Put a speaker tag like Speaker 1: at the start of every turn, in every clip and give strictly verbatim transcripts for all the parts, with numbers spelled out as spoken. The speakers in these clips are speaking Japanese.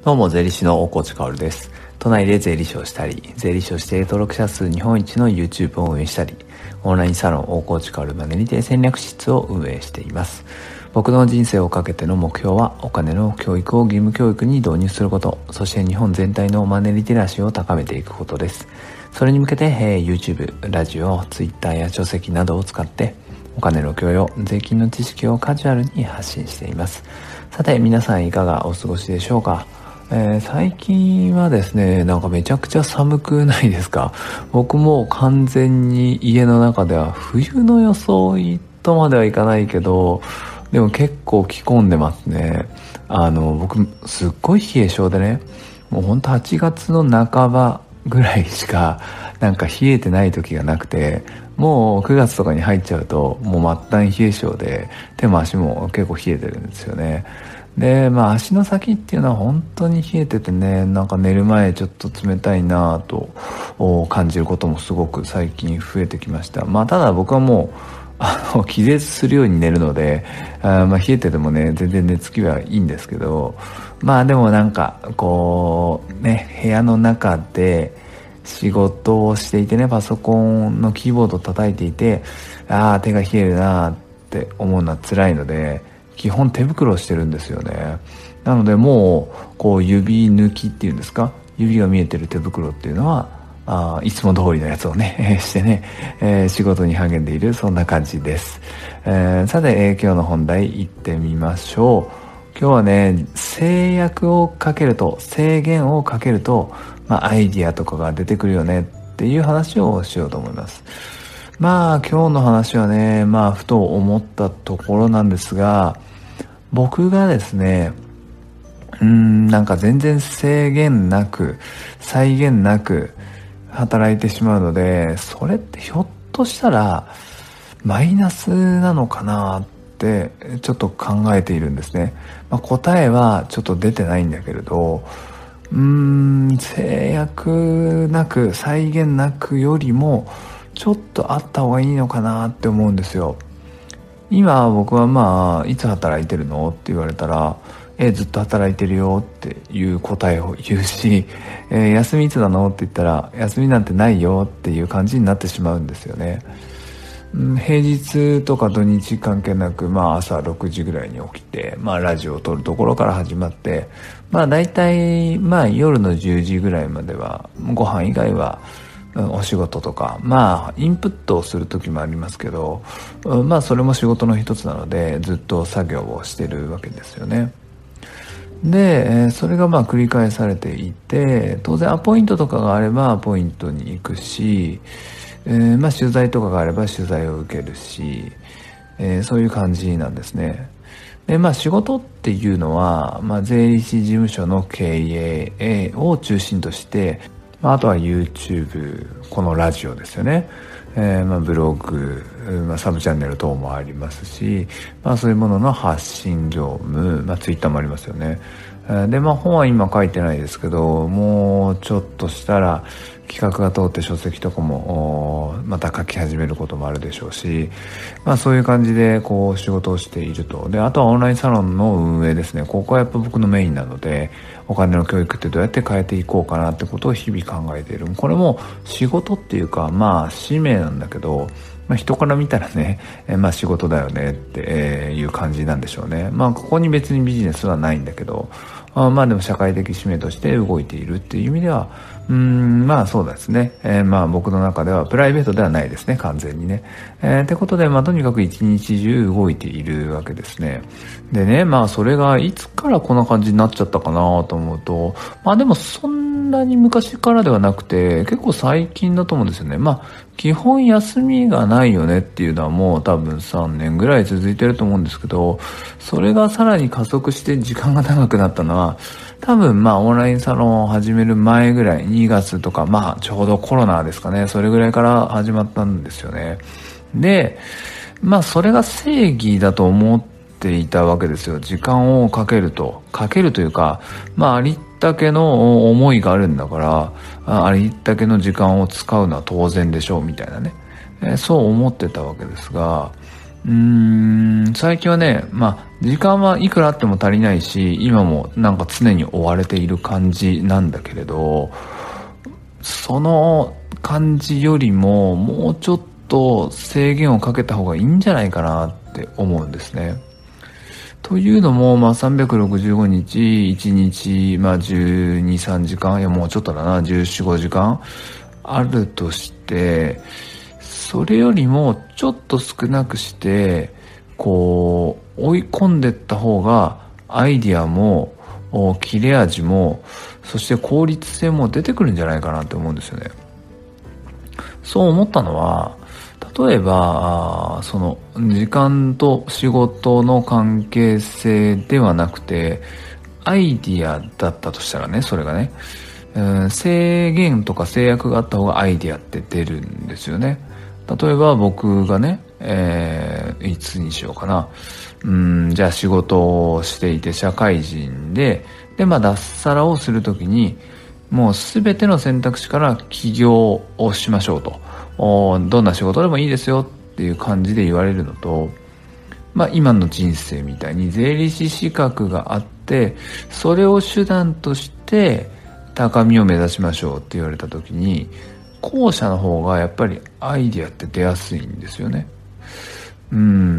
Speaker 1: どうも、税理士の大河内薫です。都内で税理士をしたり、税理士をして登録者数日本一の YouTube を運営したり、オンラインサロン大河内薫マネリテ戦略室を運営しています。僕の人生をかけての目標は、お金の教育を義務教育に導入すること、そして日本全体のマネリテラシーを高めていくことです。それに向けて、えー、YouTube、ラジオ、Twitter や書籍などを使って、お金の教養、税金の知識をカジュアルに発信しています。さて、皆さんいかがお過ごしでしょうか？えー、最近はですね、なんかめちゃくちゃ寒くないですか？僕も完全に家の中では冬の装いとまではいかないけど、でも結構着込んでますね。あの、僕すっごい冷え性でね、もうほんとはちがつの半ばぐらいしかなんか冷えてない時がなくて、もうくがつとかに入っちゃうともう末端冷え性で手も足も結構冷えてるんですよね。で、まあ足の先っていうのは本当に冷えててね、なんか寝る前ちょっと冷たいなぁと感じることもすごく最近増えてきました。まあただ僕はもうあの気絶するように寝るので、あまあ冷えててもね全然寝つきはいいんですけど、まあでもなんかこうね、部屋の中で仕事をしていてね、パソコンのキーボードを叩いていて、ああ手が冷えるなって思うのは辛いので、基本手袋をしてるんですよね。なのでもうこう指抜きっていうんですか、指が見えてる手袋っていうのはあいつも通りのやつをねしてね、えー、仕事に励んでいる、そんな感じです。えー、さて、えー、今日の本題行ってみましょう。今日はね、制約をかけると、制限をかけると、まあ、アイディアとかが出てくるよねっていう話をしようと思います。まあ今日の話はね、まあふと思ったところなんですが、僕がですね、うーんなんか全然制限なく際限なく働いてしまうので、それってひょっとしたらマイナスなのかなってちょっと考えているんですね。まあ、答えはちょっと出てないんだけれど、うーん制約なく際限なくよりもちょっとあった方がいいのかなって思うんですよ。今僕はまあいつ働いてるのって言われたら、えずっと働いてるよっていう答えを言うし、えー、休みいつなのって言ったら休みなんてないよっていう感じになってしまうんですよね。うん、平日とか土日関係なく、まあ朝ろくじぐらいに起きて、まあラジオを撮るところから始まって、まあ大体まあ夜のじゅうじぐらいまではご飯以外はお仕事とか、まあインプットをする時もありますけど、まあそれも仕事の一つなのでずっと作業をしてるわけですよね。でそれがまあ繰り返されていて、当然アポイントとかがあればアポイントに行くし、えー、まあ取材とかがあれば取材を受けるし、えー、そういう感じなんですね。でまあ仕事っていうのは、まあ、税理士事務所の経営を中心として、あとは YouTube、このラジオですよね。えー、まあブログ、まあ、サブチャンネル等もありますし、まあそういうものの発信業務、まあ Twitter もありますよね。で、まあ本は今書いてないですけど、もうちょっとしたら企画が通って書籍とかもまた書き始めることもあるでしょうし、まあそういう感じでこう仕事をしていると。で、あとはオンラインサロンの運営ですね。ここはやっぱ僕のメインなので、お金の教育ってどうやって変えていこうかなってことを日々考えている。これも仕事っていうか、まあ使命なんだけど、まあ、人から見たらね、えまあ仕事だよねっていう感じなんでしょうね。まあここに別にビジネスはないんだけど、あまあでも社会的使命として動いているっていう意味では、うーんまあそうですね、えー、まあ僕の中ではプライベートではないですね、完全にね。えー、ってことで、まあとにかく一日中動いているわけですね。でね、まあそれがいつからこんな感じになっちゃったかなと思うと、まあでもそんなに昔からではなくて、結構最近だと思うんですよね。まあ基本休みがないよねっていうのはもう多分さんねんぐらい続いてると思うんですけど、それがさらに加速して時間が長くなったのは、多分まあオンラインサロンを始める前ぐらい、にがつとか、まあちょうどコロナですかね、それぐらいから始まったんですよね。で、まあそれが正義だと思っていたわけですよ。時間をかけると。かけるというか、まあありったけの思いがあるんだから、ありったけの時間を使うのは当然でしょうみたいなね。えー、そう思ってたわけですが、 うーん、最近はね、まあ、時間はいくらあっても足りないし、今もなんか常に追われている感じなんだけれど、その感じよりも、もうちょっと制限をかけた方がいいんじゃないかなって思うんですね。というのも、まあ、さんびゃくろくじゅうごにち、いちにち、まあ、じゅうに、さんじかん、いや、もうちょっとだな、じゅうよん、ごじかんあるとして、それよりもちょっと少なくして、こう、追い込んでいった方が、アイディアも、切れ味も、そして効率性も出てくるんじゃないかなって思うんですよね。そう思ったのは、例えば、その、時間と仕事の関係性ではなくて、アイディアだったとしたらね、それがね、うん、制限とか制約があった方がアイディアって出るんですよね。例えば僕がね、えー、いつにしようかな。うん、じゃあ仕事をしていて社会人で、で、まあ脱サラをするときに、もうすべての選択肢から起業をしましょうと。おどんな仕事でもいいですよっていう感じで言われるのと、まあ今の人生みたいに税理士資格があって、それを手段として高みを目指しましょうって言われたときに、後者の方がやっぱりアイディアって出やすいんですよね。うん、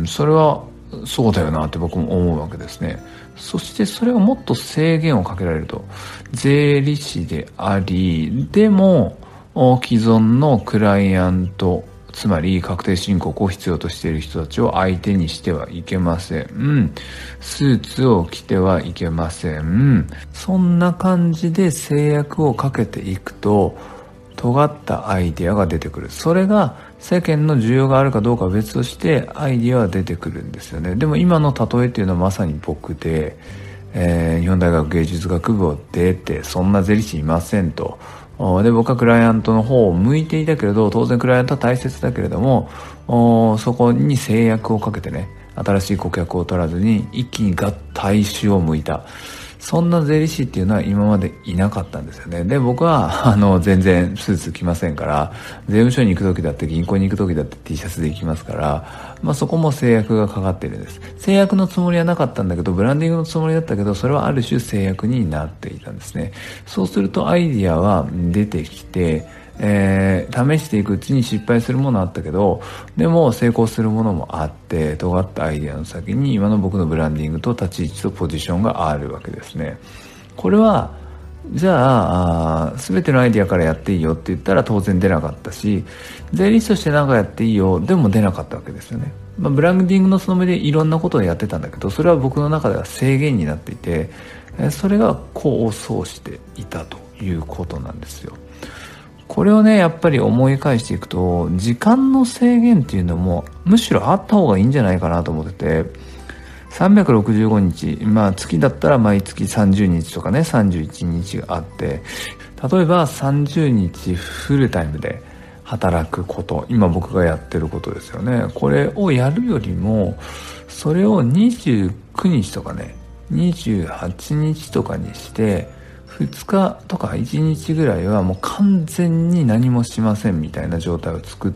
Speaker 1: それはそうだよなって僕も思うわけですね。そしてそれをもっと制限をかけられると、税理士であり、でも既存のクライアント、つまり確定申告を必要としている人たちを相手にしてはいけません。スーツを着てはいけません。そんな感じで制約をかけていくと、尖ったアイデアが出てくる。それが世間の需要があるかどうかは別としてアイデアは出てくるんですよね。でも今の例えっていうのはまさに僕で、えー、日本大学芸術学部を出て、そんな税理士いませんと。で、僕はクライアントの方を向いていたけれど、当然クライアントは大切だけれども、そこに制約をかけてね、新しい顧客を取らずに一気にガッ大衆を向いた。そんな税理士っていうのは今までいなかったんですよね。で、僕は、あの、全然スーツ着ませんから、税務署に行く時だって銀行に行く時だって T シャツで行きますから、まあそこも制約がかかっているんです。制約のつもりはなかったんだけど、ブランディングのつもりだったけど、それはある種制約になっていたんですね。そうするとアイディアは出てきて、えー、試していくうちに失敗するものあったけど、でも成功するものもあって、尖ったアイデアの先に今の僕のブランディングと立ち位置とポジションがあるわけですね。これはじゃあ全てのアイデアからやっていいよって言ったら当然出なかったし、税理士として何かやっていいよでも出なかったわけですよね。まあ、ブランディングのつもりでいろんなことをやってたんだけど、それは僕の中では制限になっていて、それが功を奏していたということなんですよ。これをね、やっぱり思い返していくと、時間の制限っていうのもむしろあった方がいいんじゃないかなと思ってて、さんびゃくろくじゅうごにち、まあ月だったら毎月さんじゅうにちとかね、さんじゅういちにちがあって、例えばさんじゅうにちフルタイムで働くこと、今僕がやってることですよね。これをやるよりも、それをにじゅうくにちとかね、にじゅうはちにちとかにして、ふつかとかいちにちぐらいはもう完全に何もしませんみたいな状態を作って、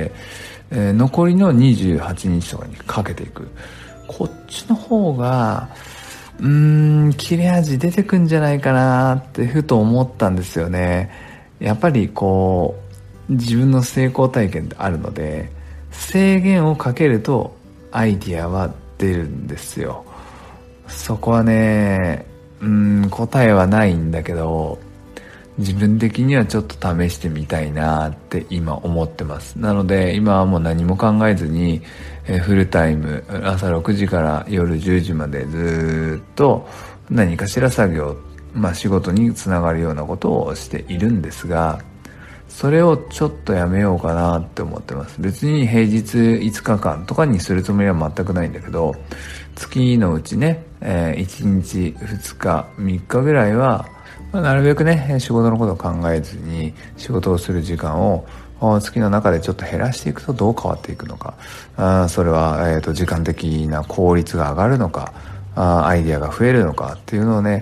Speaker 1: えー、残りのにじゅうはちにちとかにかけていく。こっちの方が、うーん、切れ味出てくんじゃないかなってふと思ったんですよね。やっぱりこう、自分の成功体験ってあるので、制限をかけるとアイディアは出るんですよ。そこはね、うーん、答えはないんだけど、自分的にはちょっと試してみたいなって今思ってます。なので今はもう何も考えずに、えー、フルタイム朝ろくじから夜じゅうじまでずっと何かしら作業、まあ仕事につながるようなことをしているんですが、それをちょっとやめようかなって思ってます。別に平日いつかかんとかにするつもりは全くないんだけど、月のうちね、えー、いちにちふつかみっかぐらいは、まあ、なるべくね仕事のことを考えずに仕事をする時間を月の中でちょっと減らしていくとどう変わっていくのか、あそれは、えーと、時間的な効率が上がるのか、あアイディアが増えるのかっていうのをね、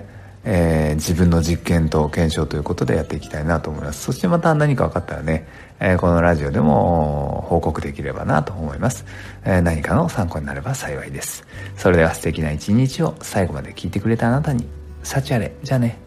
Speaker 1: えー、自分の実験と検証ということでやっていきたいなと思います。そしてまた何か分かったらね、えー、このラジオでも報告できればなと思います。えー、何かの参考になれば幸いです。それでは素敵な一日を最後まで聞いてくれたあなたに幸あれ。じゃあね。